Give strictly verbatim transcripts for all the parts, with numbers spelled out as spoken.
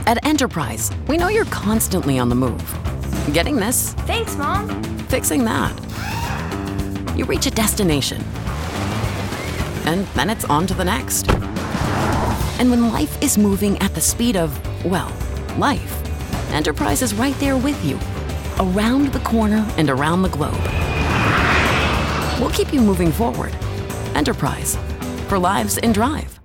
At Enterprise, we know you're constantly on the move. Getting this? Thanks, Mom. Fixing that. You reach a destination. And then it's on to the next. And when life is moving at the speed of, well, life, Enterprise is right there with you. Around the corner and around the globe. We'll keep you moving forward. Enterprise. For lives in drive.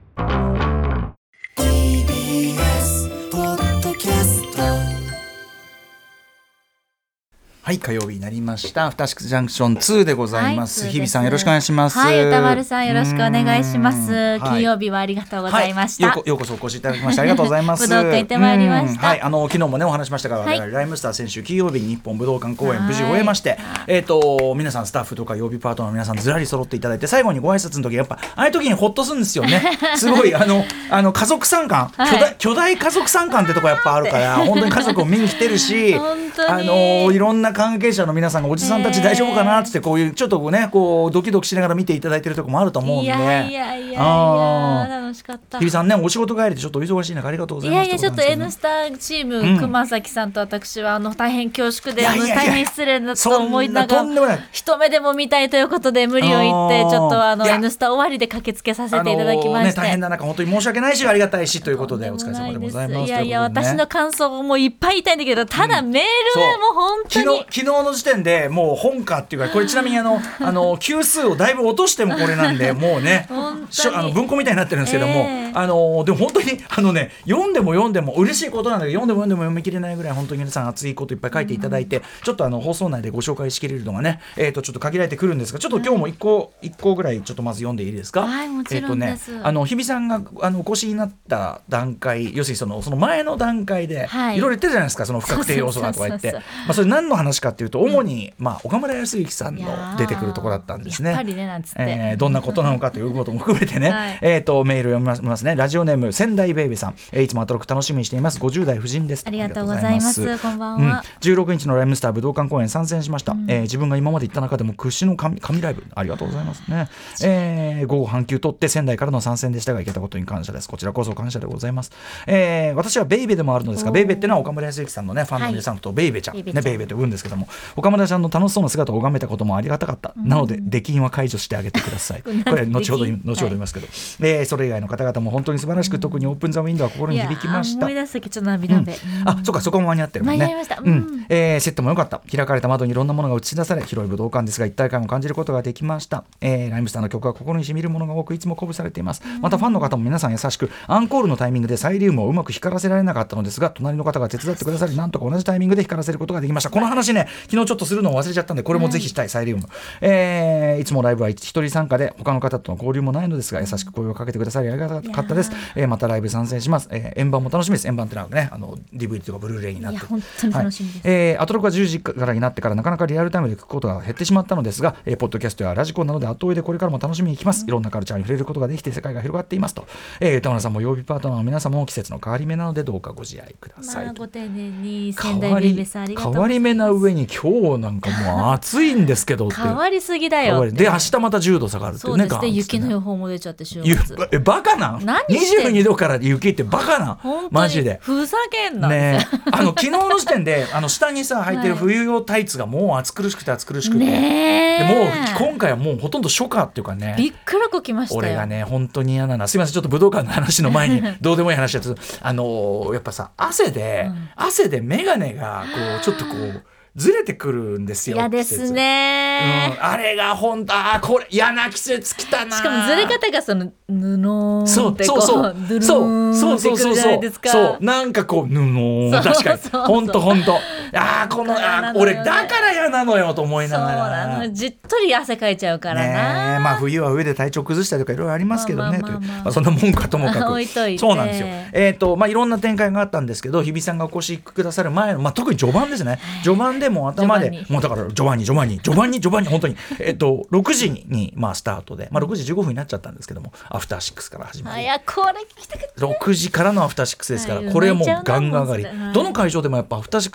はい、火曜日になりました。アフターシックスジャンクションツーでございます。はい、日比さんよろしくお願いします。 はい、歌丸さんよろしくお願いします。金曜日はありがとうございました。 はい、よ, ようこそお越しいただきましてありがとうございます。 武道館行ってまいりました。 はい、あの昨日もねお話しましたが、はい、ライムスター先週金曜日に日本武道館公演無事終えまして、えっ、ー、と皆さんスタッフとか曜日パートナーの皆さんずらり揃っていただいて、最後にご挨拶の時やっぱああいう時にホッとするんですよね。すごいあのあの家族参観、はい、巨大巨大家族参観ってとこやっぱあるから本当に家族を見に来てるし、あのいろんな関係者の皆さんおじさんたち大丈夫かなってこういうちょっとねこうドキドキしながら見ていただいてるところもあると思うんで、いやいやいやいや楽しかった。 日比さんねお仕事帰りでちょっとお忙しい中ありがとうございます。 いやいやちょっと N スターチーム、うん、熊崎さんと私はあの大変恐縮であの大変失礼だと思いながら一目でも見たいということで無理を言ってちょっとあの N スタ終わりで駆けつけさせていただきまして、 ね、大変な中本当に申し訳ないしありがたいしということでお疲れ様でございます。 いやいや、ね、私の感想もいっぱい言いたいんだけどただメールはもう本当に、 うん、昨日、昨日の時点でもう本家っていうかこれちなみにあのあの級数をだいぶ落としてもこれなんでもうねあの文庫みたいになってるんですけども、えー、あのでも本当にあのね読んでも読んでも嬉しいことなんだけど読んでも読んでも読み切れないぐらい本当に皆さん熱いこといっぱい書いていただいて、うん、ちょっとあの放送内でご紹介しきれるのがね、えー、とちょっと限られてくるんですがちょっと今日もいっこ、いっこぐらいちょっとまず読んでいいですか。 はい、もちろんです。 えーとね、あの日比さんがあのお越しになった段階要するにその、その前の段階で、はい、いろいろ言ってるじゃないですかその不確定要素がとか言ってまあそれ何の話かっていうと主に、うんまあ、岡村康之さんの出てくるところだったんですね。 やっぱりねなんつって、 えー、どんなことなのかということも含めてね、はい、えー、とメールを読みますね。ラジオネーム仙台ベイベーさん、えー、いつもアトロク楽しみにしています。ごじゅう代夫人です。 ありがとうございます。こんばんは、うん、 じゅうろくにちのライムスター武道館公演参戦しました、うんえー、自分が今まで行った中でも屈指の 神, 神ライブありがとうございますね、えー、午後半休取って仙台からの参戦でしたが行けたことに感謝です。こちらこそ感謝でございます、えー、私はベイベーでもあるのですがベイベーってのは岡村康之さんの、ね、ファンの皆さんとベイベーちゃん、はい、ね、ベイベーと呼ぶんですけども岡村ちゃんの楽しそうな姿を拝めたこともありがたかった、うん、なので出禁は解除してあげてくださいこれ後ほど後ほど言いますけど、はいえー、それ以外の方々も本当に素晴らしく、うん、特にオープンザウィンドウは心に響きました。 思い出すだけちょっと涙目、 うん、あそうかそこも間に合ってるもんね。 間に合いました、 うんうんえー、セットも良かった。開かれた窓にいろんなものが映し出され広い武道館ですが一体感を感じることができました、えー、ライムスターの曲は心に染みるものが多くいつも鼓舞されています、うん、またファンの方も皆さん優しくアンコールのタイミングでサイリウムをうまく光らせられなかったのですが隣の方が手伝ってくださりなんとか同じタイミングで光らせることができました。この話ね昨日ちょっとするのを忘れちゃったんでこれもぜひしたい、はい、サイリウム、えー、いつもライブは一人参加で他の方との交流もないのですが優しく声をかけてくださりありがたかったです、えー、またライブ参戦します、えー、円盤も楽しみです。円盤ってのはねあの ディーブイディー とかブルーレイになっていや本当に楽しみです、 はいえー、アトロクはじゅうじからになってからなかなかリアルタイムで聞くことが減ってしまったのですが、えー、ポッドキャストやラジコンなどで後追いでこれからも楽しみに行きます、うん、いろんなカルチャーに触れることができて世界が広がっていますと、えー、歌村さんも曜日パートナーの皆様も季節の変わり目なのでどうかご自愛ください、 まあ、ご丁寧に仙台ベイベーさんありがとうございます。 変わり目な上に今日なんかもう暑いんですけどって変わりすぎだよってで明日またじゅうど下がるっていうね。 そうですね雪の予報も出ちゃって週末えバカなんにじゅうにどから雪ってバカなんマジでふざけんな、 ね、あの昨日の時点であの下にさ履いてる冬用タイツがもう暑苦しくて暑苦しくて、ね、でもう今回はもうほとんど初夏っていうかねびっくらこきましたよ。 俺がね本当に嫌なのすいませんちょっと武道館の話の前にどうでもいい話だとあのー、やっぱさ汗で、うん、汗で眼鏡がこうちょっとこうずれてくるんですよ。 嫌ですね、 うん、あれが本当あこれ嫌な季節来たな。 しかもずれ方がその布そうってこうそうそうそうそうそうそうそうなんかこう布確かに本当本当あこのあ俺だから嫌なのよと思いながらそうなのじっとり汗かいちゃうからな、 ね、まあ冬は上で体調崩したりとかいろいろありますけどね、まあまあまあまあまあ、そんなもんかともかく置いといてそうなんですよ。えーとまあいろんな展開があったんですけど日比さんがお越しくださる前の、まあ、特に序盤ですね序盤でもう頭でもうだから序盤に序盤に序盤に序盤に本当にえっとろくじにまあスタートで、まあ、ろくじじゅうごふんになっちゃったんですけどもアフターシックスから始まりいやこれ聞きたかったろくじからのアフターシックスですから、はい、これもうガンガン上がりどの会場でもやっぱアフターシックス頭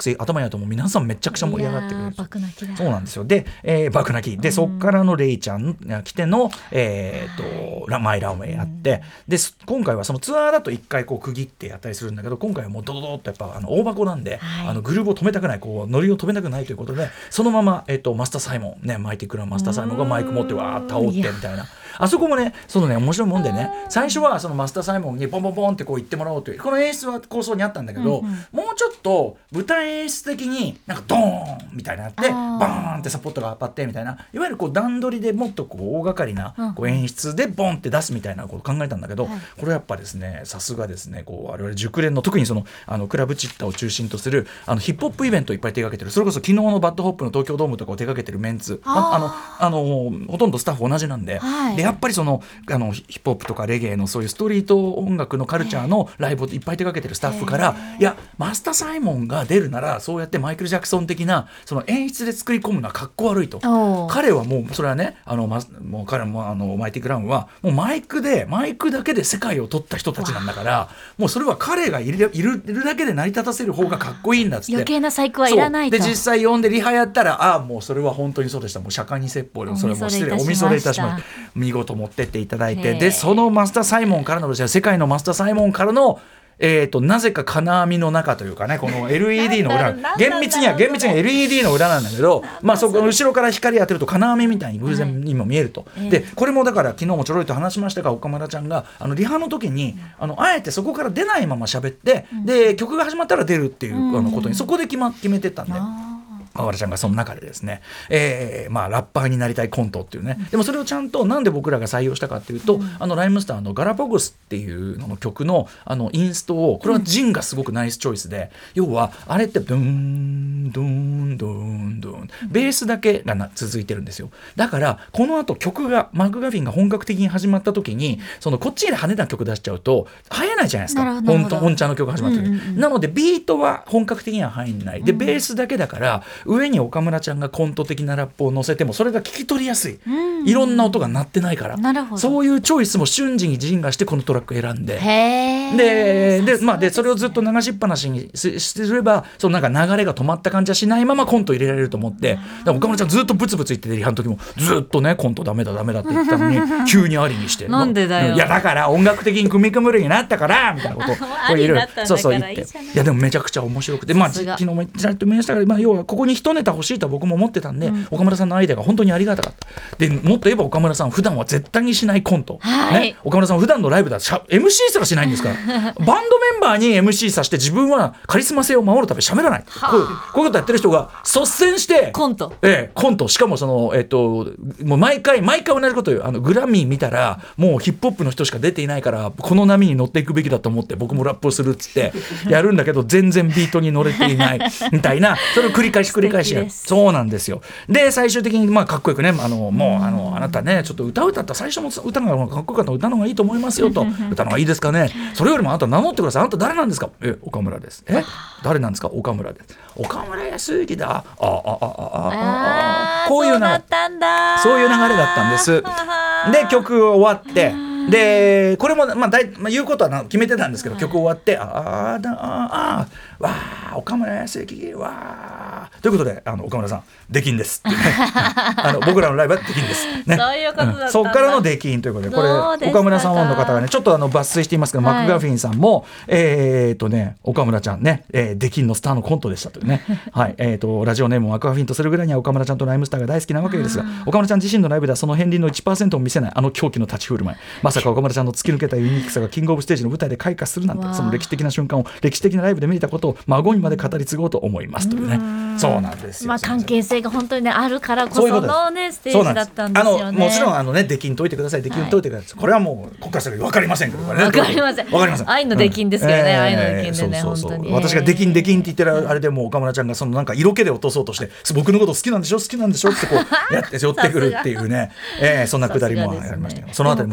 やともう皆さんめちゃくちゃ盛り上がってくれる。 爆泣きだ。 そうなんですよ。で、えー、爆泣きで、そっからのレイちゃんが来ての、えー、とラマイランウェイやって、で今回はそのツアーだといっかいこう区切ってやったりするんだけど、今回はもうドドドッとやっぱあの大箱なんで、はい、あのグルーブを止めたくない、こうノリを止めたくないということで、そのまま、えー、とマスターサイモンね、マイティクランマスターサイモンがマイク持ってわーっと煽ってみたいな。あそこもね、そのね面白いもんでね、最初はそのマスターサイモンにポンポンポンってこう言ってもらおうというこの演出は構想にあったんだけど、うんうん、もうちょっと舞台演出的になんかドーンみたいになってバーンってサポットが当たってみたいな、いわゆるこう段取りでもっとこう大掛かりなこう演出でボンって出すみたいなことを考えたんだけど、うん、これやっぱですね、さすがですね、こう我々熟練の、特にそのあのクラブチッタを中心とするあのヒップホップイベントをいっぱい手掛けてる、それこそ昨日のバッドホップの東京ドームとかを手掛けてるメンツ、ああのあのほとんどスタッフ同じなんで、はい、でやっぱりそのあのヒップホップとかレゲエのそういうストリート音楽のカルチャーのライブをいっぱい手掛けてるスタッフから、いやマスターサイモンが出るならそうやってマイケル・ジャクソン的なその演出で作り込むのはかっこ悪いと。彼はもうそれはね、あのもう彼もあのマイティクラウンはもうマイクでマイクだけで世界を取った人たちなんだから、もうそれは彼がいる、いる、いるだけで成り立たせる方がかっこいいんだっつって、 余計な細工はいらないと。 で実際呼んでリハやったら、ああもうそれは本当にそうでした、もう釈迦に説法で、それはもう失礼、お見それいたしました。見事持ってっていただいて、でそのマスターサイモンからの、世界のマスターサイモンからのえー、となぜか金網の中というかね、この エルイーディー の裏厳密には厳密には エルイーディー の裏なんだけど、まあ、そこ後ろから光当てると金網みたいに偶然にも見えると、はい、でこれもだから昨日もちょろいと話しましたが、岡村ちゃんがあのリハの時にあのあえてそこから出ないまま喋って、うん、で曲が始まったら出るっていうあのことにそこで決、ま、決めてったんで、河原ちゃんがその中でですね、えーまあ、ラッパーになりたいコントっていうね、でもそれをちゃんとなんで僕らが採用したかっていうと、うん、あのライムスターのガラパゴスっていうのの曲 の, あのインストを、これはジンがすごくナイスチョイスで、うん、要はあれってドゥンドゥンドゥンドゥンベースだけがな続いてるんですよ。だからこの後曲がマクガフィンが本格的に始まった時に、そのこっちで派手な曲出しちゃうと流行ないじゃないですか、本当本茶の曲が始まった時、うんうんうん、なのでビートは本格的には入んないで、ベースだけだから上に岡村ちゃんがコント的なラップを乗せてもそれが聞き取りやすい、うん、いろんな音が鳴ってないから、なるほど、そういうチョイスも瞬時にジンがしてこのトラック選んで、でで、まあ、でそれをずっと流しっぱなしにすれば、そのなんか流れが止まった感じはしないままコント入れられると思って、岡村ちゃんずっとブツブツ言ってて、リハの時もずっとねコントダメだダメだって言ってたのに急にありにしてなんでだよ、 いやだから音楽的に組み組むようになったからみたいなことをこういろいろそうそう言って、いやでもめちゃくちゃ面白くて、まあ昨日もちらっと見ましたが、まあ、要はここに一ネタ欲しいとは僕も思ってたんで、うん、岡村さんのアイデアが本当にありがたかった。でもっと言えば岡村さん普段は絶対にしないコント、はいね、岡村さん普段のライブだと エムシー すらしないんですからバンドメンバーに エムシー させて自分はカリスマ性を守るため喋らない、こういう、こういうことやってる人が率先してコント、 ええ、コント、しかもその、えっと、もう毎回毎回同じこと言う、あのグラミー見たらもうヒップホップの人しか出ていないからこの波に乗っていくべきだと思って僕もラップをするっつってやるんだけど全然ビートに乗れていないみたいな、それを繰り返し繰り返しやる。そうなんですよ。で最終的にまあかっこよくね、あのもうあのあなたねちょっと歌を歌った最初の歌がかっこよかったら歌の方がいいと思いますよと歌の方がいいですかね、それよりもあなた名乗ってください、あなた誰なんですか、え岡村です、え誰なんですか、岡村です、岡村康之だ、ああああああこういう流れ、そういう流れだったんです。で曲終わってでこれも、まあ、だいまあ、言うことは決めてたんですけど、曲終わってあーだあーわー岡村康之わーということで、あの岡村さん出禁ですっていう、ね、あの僕らのライブは出禁です、ね、 そういうことだったんだ、うん、 そっからの出禁ということで、これ岡村さんファンの方がねちょっとあの抜粋していますけど、はい、マクガフィンさんもえー、っとね岡村ちゃんね、えー、出禁のスターのコントでしたというねはい、えー、とラジオネームマクガフィンとするぐらいには岡村ちゃんとライムスターが大好きなわけですが、岡村ちゃん自身のライブではその片鱗の いちパーセント も見せないあの狂気の立ち振る舞い、まさか岡村ちゃんの突き抜けたユニークさがキングオブステージの舞台で開花するなんて、その歴史的な瞬間を歴史的なライブで見れたことを孫にまで語り継ごうと思いますというね、うそうなんですよ、 まあ、関係性が本当に、ね、あるからこその、ね、ステージだったんですよね。 あのもちろんあの、ね、出禁解いてください、出禁解いてください、はい、これはもう国家それ分かりませんけど、ね、 分かりません、 分かりません、 愛の出禁ですけどね、うんえー、愛の出禁でね、そうそうそう、本当に、 私が出禁出禁って言ってるあれでもう岡村ちゃんがそのなんか色気で落とそうとして僕のこと好きなんでしょ好きなんでしょってこうやって寄ってくるっていうね、えー、そんなくだりもありましたよ。そのあたりも含めて最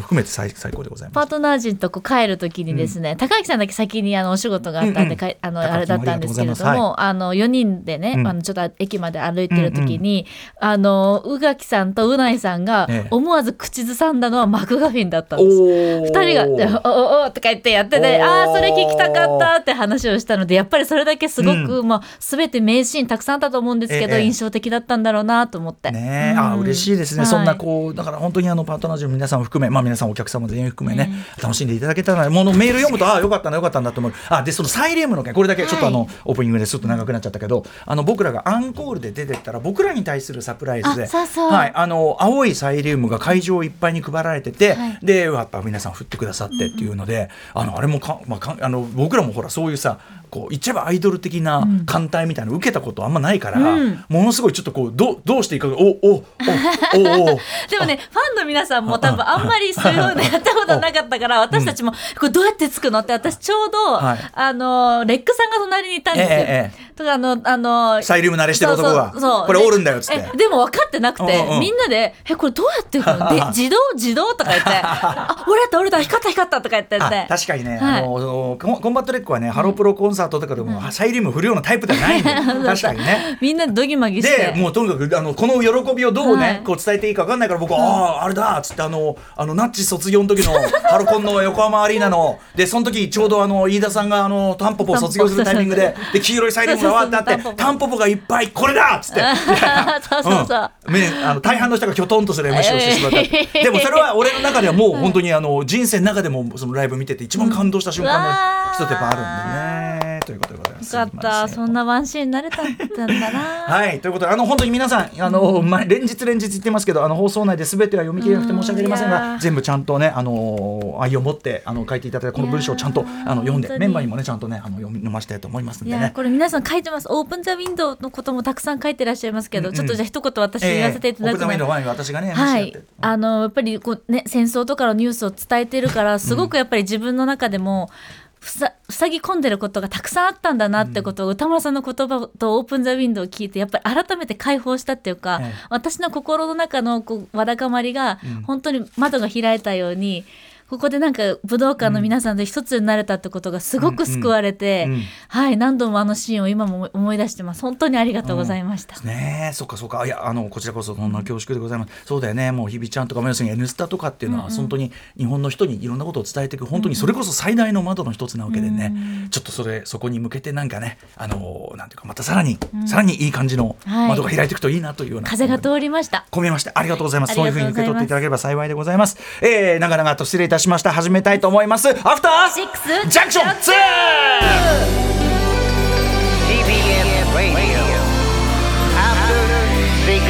最高でございます。 パートナー陣とこう帰るときにですね、うん、高木さんだけ先にあのお仕事があったんで、うんうん、あのあれだったんですけれども、はい、あのよにんでね、うん、あのちょっと駅まで歩いてるときに、うんうん、あの宇垣さんとうないさんが思わず口ずさんだのはマクガフィンだったんですよ、ええ、ふたりがおおおとか言ってやってて、あーそれ聞きたかったって話をしたので、やっぱりそれだけすごく、うん、まあ、全て名シーンたくさんあったと思うんですけど、ええ、印象的だったんだろうなと思って、 ね、うん、あ嬉しいですね、はい、そんなこうだから本当にあのパートナー陣の皆さんを含め、まあ、皆さんお客様全員含めね、ね、楽しんでいただけたら、ものメール読むとあよかったなよかったんだと思う。あでそのサイリウムの件これだけちょっとあの、はい、オープニングですっと長くなっちゃったけど、あの僕らがアンコールで出てったら僕らに対するサプライズで、 そうそう、 はい、あの青いサイリウムが会場いっぱいに配られてて、はい、でやっぱ皆さん振ってくださってっていうので、うんうん、あのあれもか、まあ、かあの僕らもほらそういうさこう言っちゃえばアイドル的な艦隊みたいなの受けたことあんまないから、うん、ものすごいちょっとこう ど, どうしていいかおおおおおでもねファンの皆さんも多分あんまりそういうのやったことなかったから私たちもこれどうやってつくのって私ちょうど、はい、あのレックさんが隣にいたんですよ、ええ、とかあのあのサイリウム慣れしてる男がそうそうこれおるんだよっつって、 でも分かってなくて、うんうん、みんなでえこれどうやっていくので自動自動とか言ってあ俺だった俺だ光った光ったとか言ってて、 確かにね、はい、あのコンバットレックはね、うん、ハロプロコンサートとかでも、うん、サイリウム振るようなタイプではないんで確かにねみんなでドギマギしてでもうとにかくあのこの喜びをどうね、はい、こう伝えていいか分かんないから僕は、うん、あああれだっつってあのあのナッチ卒業の時のハロコンの横浜アリーナのでその時ちょうどあの飯田さんがあのタンポポを卒業するタイミングでで黄色いサイリウムがわってあってタンポポがいっぱいこれだっつってそうそうそう、 うん、あの大半の人がきょとんとする エムシー をしてしまった、えー、でもそれは俺の中ではもう本当にあの人生の中でもそのライブ見てて一番感動した瞬間の人ってやっぱあるんでね、ということでございます。 よかったそんなワンシーンになれたんだなはいということであの本当に皆さんあの、うんまあ、連日連日言ってますけどあの放送内で全ては読み切れなくて申し訳ありませんが全部ちゃんとねあの愛を持ってあの書いていただいたこの文章をちゃんとあの読んでメンバーにもねちゃんとねあの読み飲ましたいと思いますんでね。いやこれ皆さん書いてますオープンザウィンドウのこともたくさん書いてらっしゃいますけど、うんうん、ちょっとじゃあ一言私言わせていただくのは、 えー、オープンザウィンドウの前に私がねはい、あのやっぱりこう、ね、戦争とかのニュースを伝えてるからすごくやっぱり自分の中でも、うんふさ、塞ぎ込んでることがたくさんあったんだなってことを、うん、歌丸さんの言葉とオープンザウィンドウを聞いてやっぱり改めて解放したっていうか、はい、私の心の中のこうわだかまりが本当に窓が開いたように、うんここでなんか武道館の皆さんで一つになれたってことがすごく救われて、うんうんうん、はい何度もあのシーンを今も思い出してます。本当にありがとうございました、 うん、ねえそっかそっかいやあのこちらこそそんな恐縮でございます、うん、そうだよねもう日比ちゃんとか要するに N スタとかっていうのは本当に日本の人にいろんなことを伝えていく本当にそれこそ最大の窓の一つなわけでね、うん、ちょっとそれそこに向けてなんかねあのなんていうかまたさらに、うん、さらにいい感じの窓が開いていくといいなというような、 はい、風が通りました込めましてありがとうございますそういうふうに受け取っていただければ幸いでございます、えー、長々と失礼いたしました始めたいと思いますアフターシックスジャンクションツー ティービーエス Radio After Six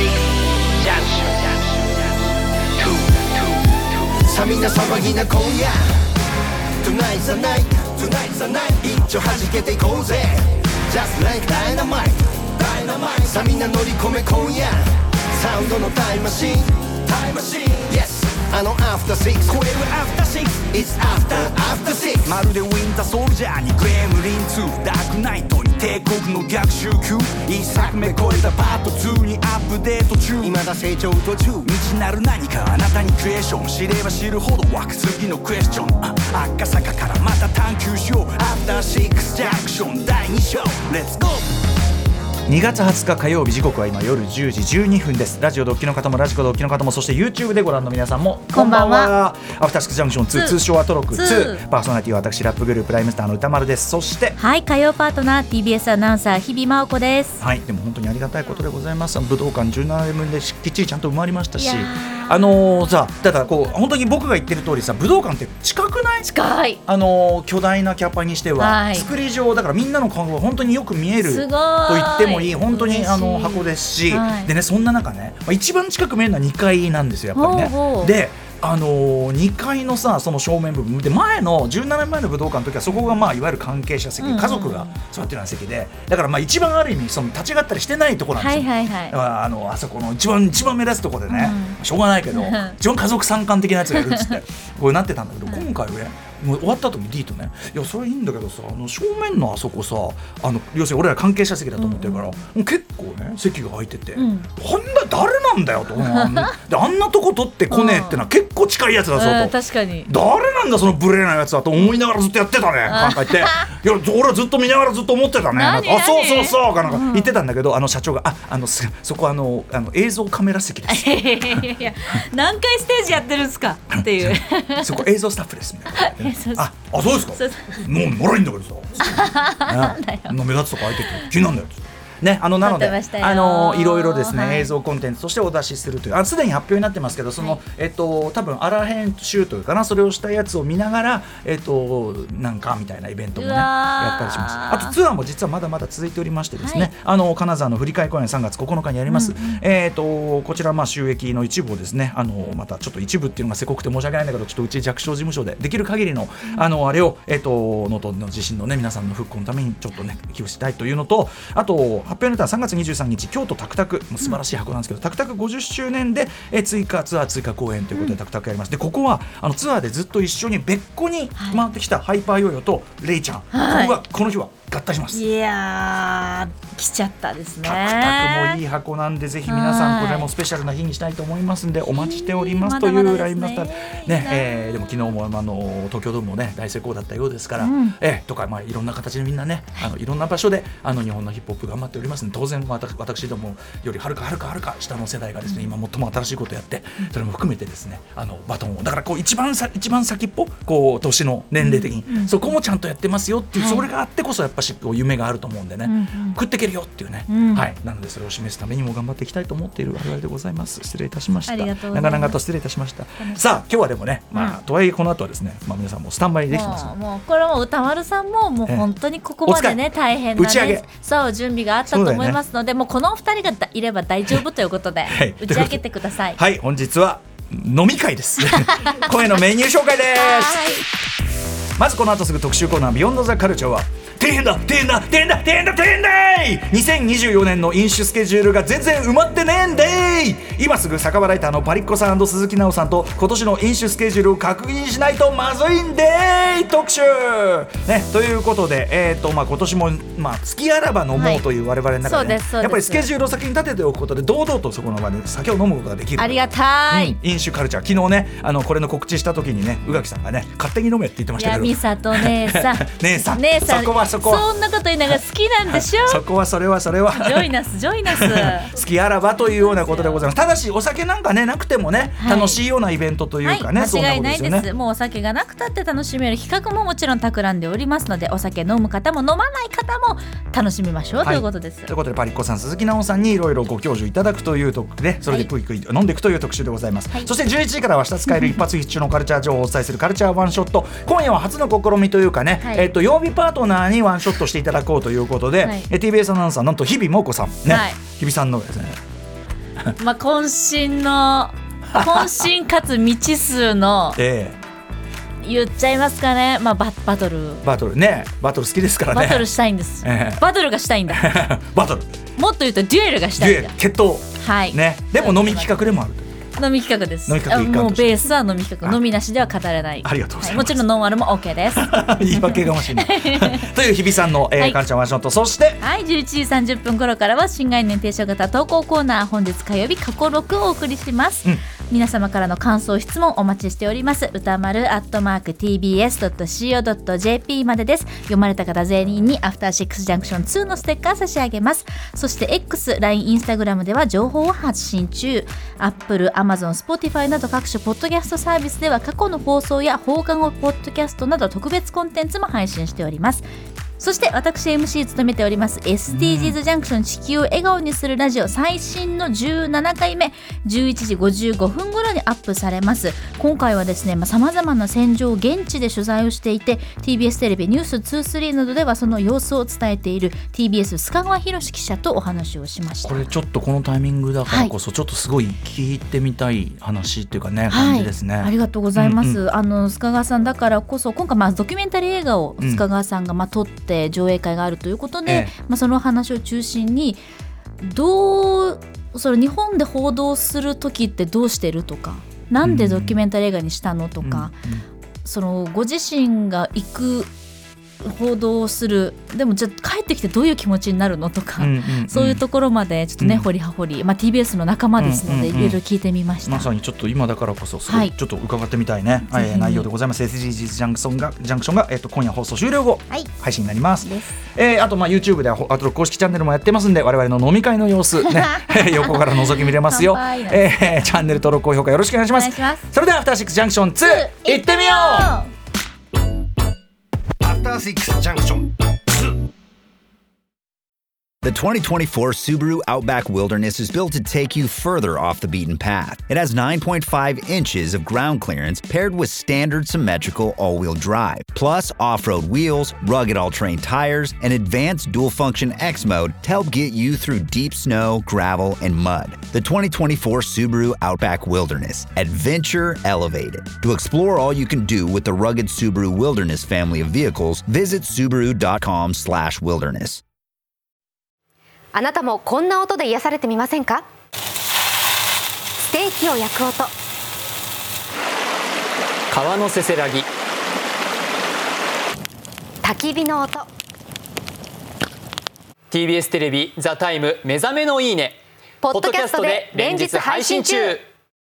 Junction さあみんな騒ぎな今夜 Tonight's the night Tonight's the night 一丁弾けていこうぜ Just like dynamite Dynamite さあみんな乗り込め今夜サウンドのタイムマシンタイムマシン Yesあのアフターシックスこれはアフターシックス It's after after six まるでウィンターソルジャーにグレムリンツーダークナイトに帝国の逆襲級一作目超えたパートツーにアップデート中未だ成長途中未知なる何かあなたにクエスチョン知れば知るほど湧く次のクエスチョン赤坂からまた探求しようアフターシックスジャンクションだいに章 Let's goにがつはつか火曜日時刻は今夜じゅうじじゅうにふんです。ラジオドッキの方もラジコドッキの方もそして YouTube でご覧の皆さんもこんばんは。 アフターシックスジャンクションツー通称アトロックツーパーソナリティは私ラップグループライムスターの歌丸です。そしてはい火曜パートナー ティービーエス アナウンサー日比真央子です。 はいでも本当にありがたいことでございます。武道館じゅうななねんぶんできっちりちゃんと埋まりましたしあのー、さただこう本当に僕が言ってる通りさ武道館って近くない近いあのー、巨大なキャパにしては、はい、作り上だからみんなの顔が本当によく見えると言ってもいい本当にあの箱ですし、はい、でねそんな中ね、まあ、一番近く見えるのはにかいなんですよやっぱりね。ほうほうであのー、にかいのさその正面部分で前のじゅうななねんまえの武道館の時はそこがまあいわゆる関係者席、うんうん、家族が座ってるような席でだからまあ一番ある意味その立ち上がったりしてないところなんですよ、はいはいはい、あ, あ, のあそこの一番一番目立つところでね、うん、しょうがないけど一番家族参観的なやつがいるっつってこうなってたんだけど今回ねもう終わった後に D とね、いやそれいいんだけどさ、あの正面のあそこさ、あの要するに俺ら関係者席だと思ってるから、うん、もう結構ね席が空いてて、うん、あんな誰なんだよとあんなであんなとこ取ってこねえってのは結構近いやつだぞと、 うん、確かに誰なんだそのブレないやつだと思いながらずっとやってたね、なんか言っていや俺はずっと見ながらずっと思ってたね、なんかあそうそうそうかなんか言ってたんだけど、あの社長がああのそこあのあの映像カメラ席ですいやいや何回ステージやってるんですかっていうそこ映像スタッフですみたいな、ね、ああそうですかもうもらいんだけどさ目立つとこ空いてて気になんだよね、あのなのであのいろいろですね、はい、映像コンテンツとしてお出しするという、あすでに発表になってますけど、その、はい、えっと多分アラ編集というかな、それをしたやつを見ながらえっとなんかみたいなイベントもねやったりします。あとツアーも実はまだまだ続いておりましてですね、はい、あの金沢の振り替え公演さんがつここのかにやります。うんうん、えっとこちらまあ収益の一部をですね、あのまたちょっと一部っていうのがせこくて申し訳ないんだけど、ちょっとうち弱小事務所でできる限りの、うん、あのあれをえっと能登の地震のね皆さんの復興のためにちょっとね寄付したいというのと、あと発表になったらさんがつにじゅうさんにち京都タクタク、素晴らしい箱なんですけど、うん、タクタクごじゅっしゅうねんでえ追加ツアー追加公演ということで、うん、タクタクやります。でここはあのツアーでずっと一緒に別個に回ってきたハイパーヨーヨーとレイちゃん、はい、ここがこの日は合体します。 いやー来ちゃったですね。 タクタクもいい箱なんで、ぜひ皆さんこれもスペシャルな日にしたいと思いますんでお待ちしておりますというラインナップね、えー、でも昨日もあの東京ドームもね大成功だったようですから、うん、えー、とかまあいろんな形でみんなね、あのいろんな場所であの日本のヒップホップ頑張っておりますので、当然私、私どもよりはるかはるかはるか下の世代がですね、今最も新しいことをやって、それも含めてですね、あのバトンをだからこう一番さ一番先っぽこう年の年齢的に、うんうん、そこもちゃんとやってますよっていう、はい、それがあってこそやっぱしこう夢があると思うんでね、うんうん、食ってけるよっていうね、うん、はい、なのでそれを示すためにも頑張っていきたいと思っている我々でございます。失礼いたしました。長々と失礼いたしました。さあ今日はでもね、まあ、うん、とはいえこの後はですね、まあ、皆さんもスタンバイできてますので、 もうこれも歌丸さんももう本当にここまでね、大変な、ね、 打ち上げそう準備があったと思いますので、ね、もうこのお二人がいれば大丈夫ということで、はい、打ち上げてください。 はい、本日は飲み会です今夜のメニュー紹介です。まずこの後すぐ特集コーナービヨンドザカルチャーは大変だ大変だ大変だ大変だ大変だいにせんにじゅうよねんの飲酒スケジュールが全然埋まってねえんでい。今すぐ酒場ライターのパリッコさん&鈴木奈緒さんと今年の飲酒スケジュールを確認しないとまずいんでい特集、ね、ということで、えーとまあ、今年も、まあ、好きあらば飲もうという我々の中で、ね、はい、やっぱりスケジュールを先に立てておくことで堂々とそこの場で酒を飲むことができる。 ありがたい、 うん、飲酒カルチャー。昨日ねあのこれの告知した時にね宇垣さんがね勝手に飲めって言ってましたけど、 いや美里姉さん姉さん姉さんそこはそこはそんなこと言いながら好きなんでしょそこはそれはそれはジョイナスジョイナス好きあらばというようなことでございます。ただしお酒なんかねなくてもね、はい、楽しいようなイベントというかね、はい、 間違いないです。もうお酒がなくたって楽しめる企画ももちろん企んでおりますので、お酒飲む方も飲まない方も楽しみましょう、はい、ということです。 ということでパリッコさん鈴木奈緒さんにいろいろご教授いただくという特で、それでぷいぷい飲んでいくという特集でございます、はい、そしてじゅういちじからは明日使える一発必中のカルチャー情報をお伝えするカルチャーワンショット。今夜は初の試みというかね、はい、えー、と曜日パートナーにワンショットしていただこうということで、はい、ティービーエス アナウンサーなんと日比桃子さんね、はい、日比さんのですねまあ渾身の渾身かつ未知数の、えー、言っちゃいますかね、まあ、バ, バトルバトルねバトル好きですからね。 バトルしたいんです、えー、バトルがしたいんだバトルもっと言うとデュエルがしたいんだ。 決闘、 はいね、でも飲み企画でもあると。 飲み企画です。 飲み企画もうベースは飲み企画、飲みなしでは語れない。 ありがとうございます、はい、 もちろんノンアルも OK です言い訳がましいなという日比さんの、えーはい、カルチャーワンショット。そしてはいじゅういちじさんじゅっぷん頃からは新概念提唱型投稿コーナー、本日火曜日過去ろくをお送りします、うん、皆様からの感想質問お待ちしております。歌丸アットマーク ティービーエスドットシーオードットジェーピー までです。読まれた方全員にアフターシックスジャンクションツーのステッカー差し上げます。そして X、ライン、Instagram では情報を発信中。 Apple、Amazon、Spotifyなど各種ポッドキャストサービスでは過去の放送や放課後ポッドキャストなど特別コンテンツも配信しております。そして私 エムシー 務めております エスディージーズ ジャンクション地球を笑顔にするラジオ最新のじゅうななかいめじゅういちじごじゅうごふん頃にアップされます。今回はですねさまざ、まな戦場を現地で取材をしていて ティービーエス テレビニュースにじゅうさんなどではその様子を伝えている ティービーエス 須賀川博記者とお話をしました。 これちょっとこのタイミングだからこそ、はい、ちょっとすごい聞いてみたい話っていうかね、感じですね、 はい、ありがとうございます、うんうん、あの須賀川さんだからこそ今回まあドキュメンタリー映画を須賀川さんがまあ撮って上映会があるということで、ええまあ、その話を中心にどうそれ日本で報道する時ってどうしてるとか、なんでドキュメンタリー映画にしたのとか、 そのご自身が行く報道をする、でもじゃあ帰ってきてどういう気持ちになるのとか、うんうんうん、そういうところまでちょっとね、うん、掘り葉掘り、まあ、ティービーエス の仲間ですので、うんうんうん、いろいろ聞いてみました。 まさにちょっと今だからこそすごいちょっと伺ってみたいね、はい、内容でございます。 エスディージーズ ジャンクションが、ジャンクションが、えっと、今夜放送終了後、はい、配信になりますです、えー、あとまあ YouTube ではあと公式チャンネルもやってますんで、我々の飲み会の様子、ね、横から覗き見れますよ、えー、チャンネル登録高評価よろしくお願いします。それではアフターシックスジャンクションツー行ってみよう。 After Six Junction. The twenty twenty-four Subaru Outback Wilderness is built to take you further off the beaten path. It has nine point five inches of ground clearance paired with standard symmetrical all-wheel drive, plus off-road wheels, rugged all-terrain tires, and advanced dual-function X mode to help get you through deep snow, gravel, and mud. The twenty twenty-four Subaru Outback Wilderness. Adventure elevated. To explore all you can do with the rugged Subaru Wilderness family of vehicles, visit subaru dot com slash wilderness. あなたもこんな音で癒されてみませんか？ステーキを焼く音、 川のせせらぎ、 焚き火の音。 ティービーエス テレビザタイム目覚めのいいね、ポッドキャストで連日配信中。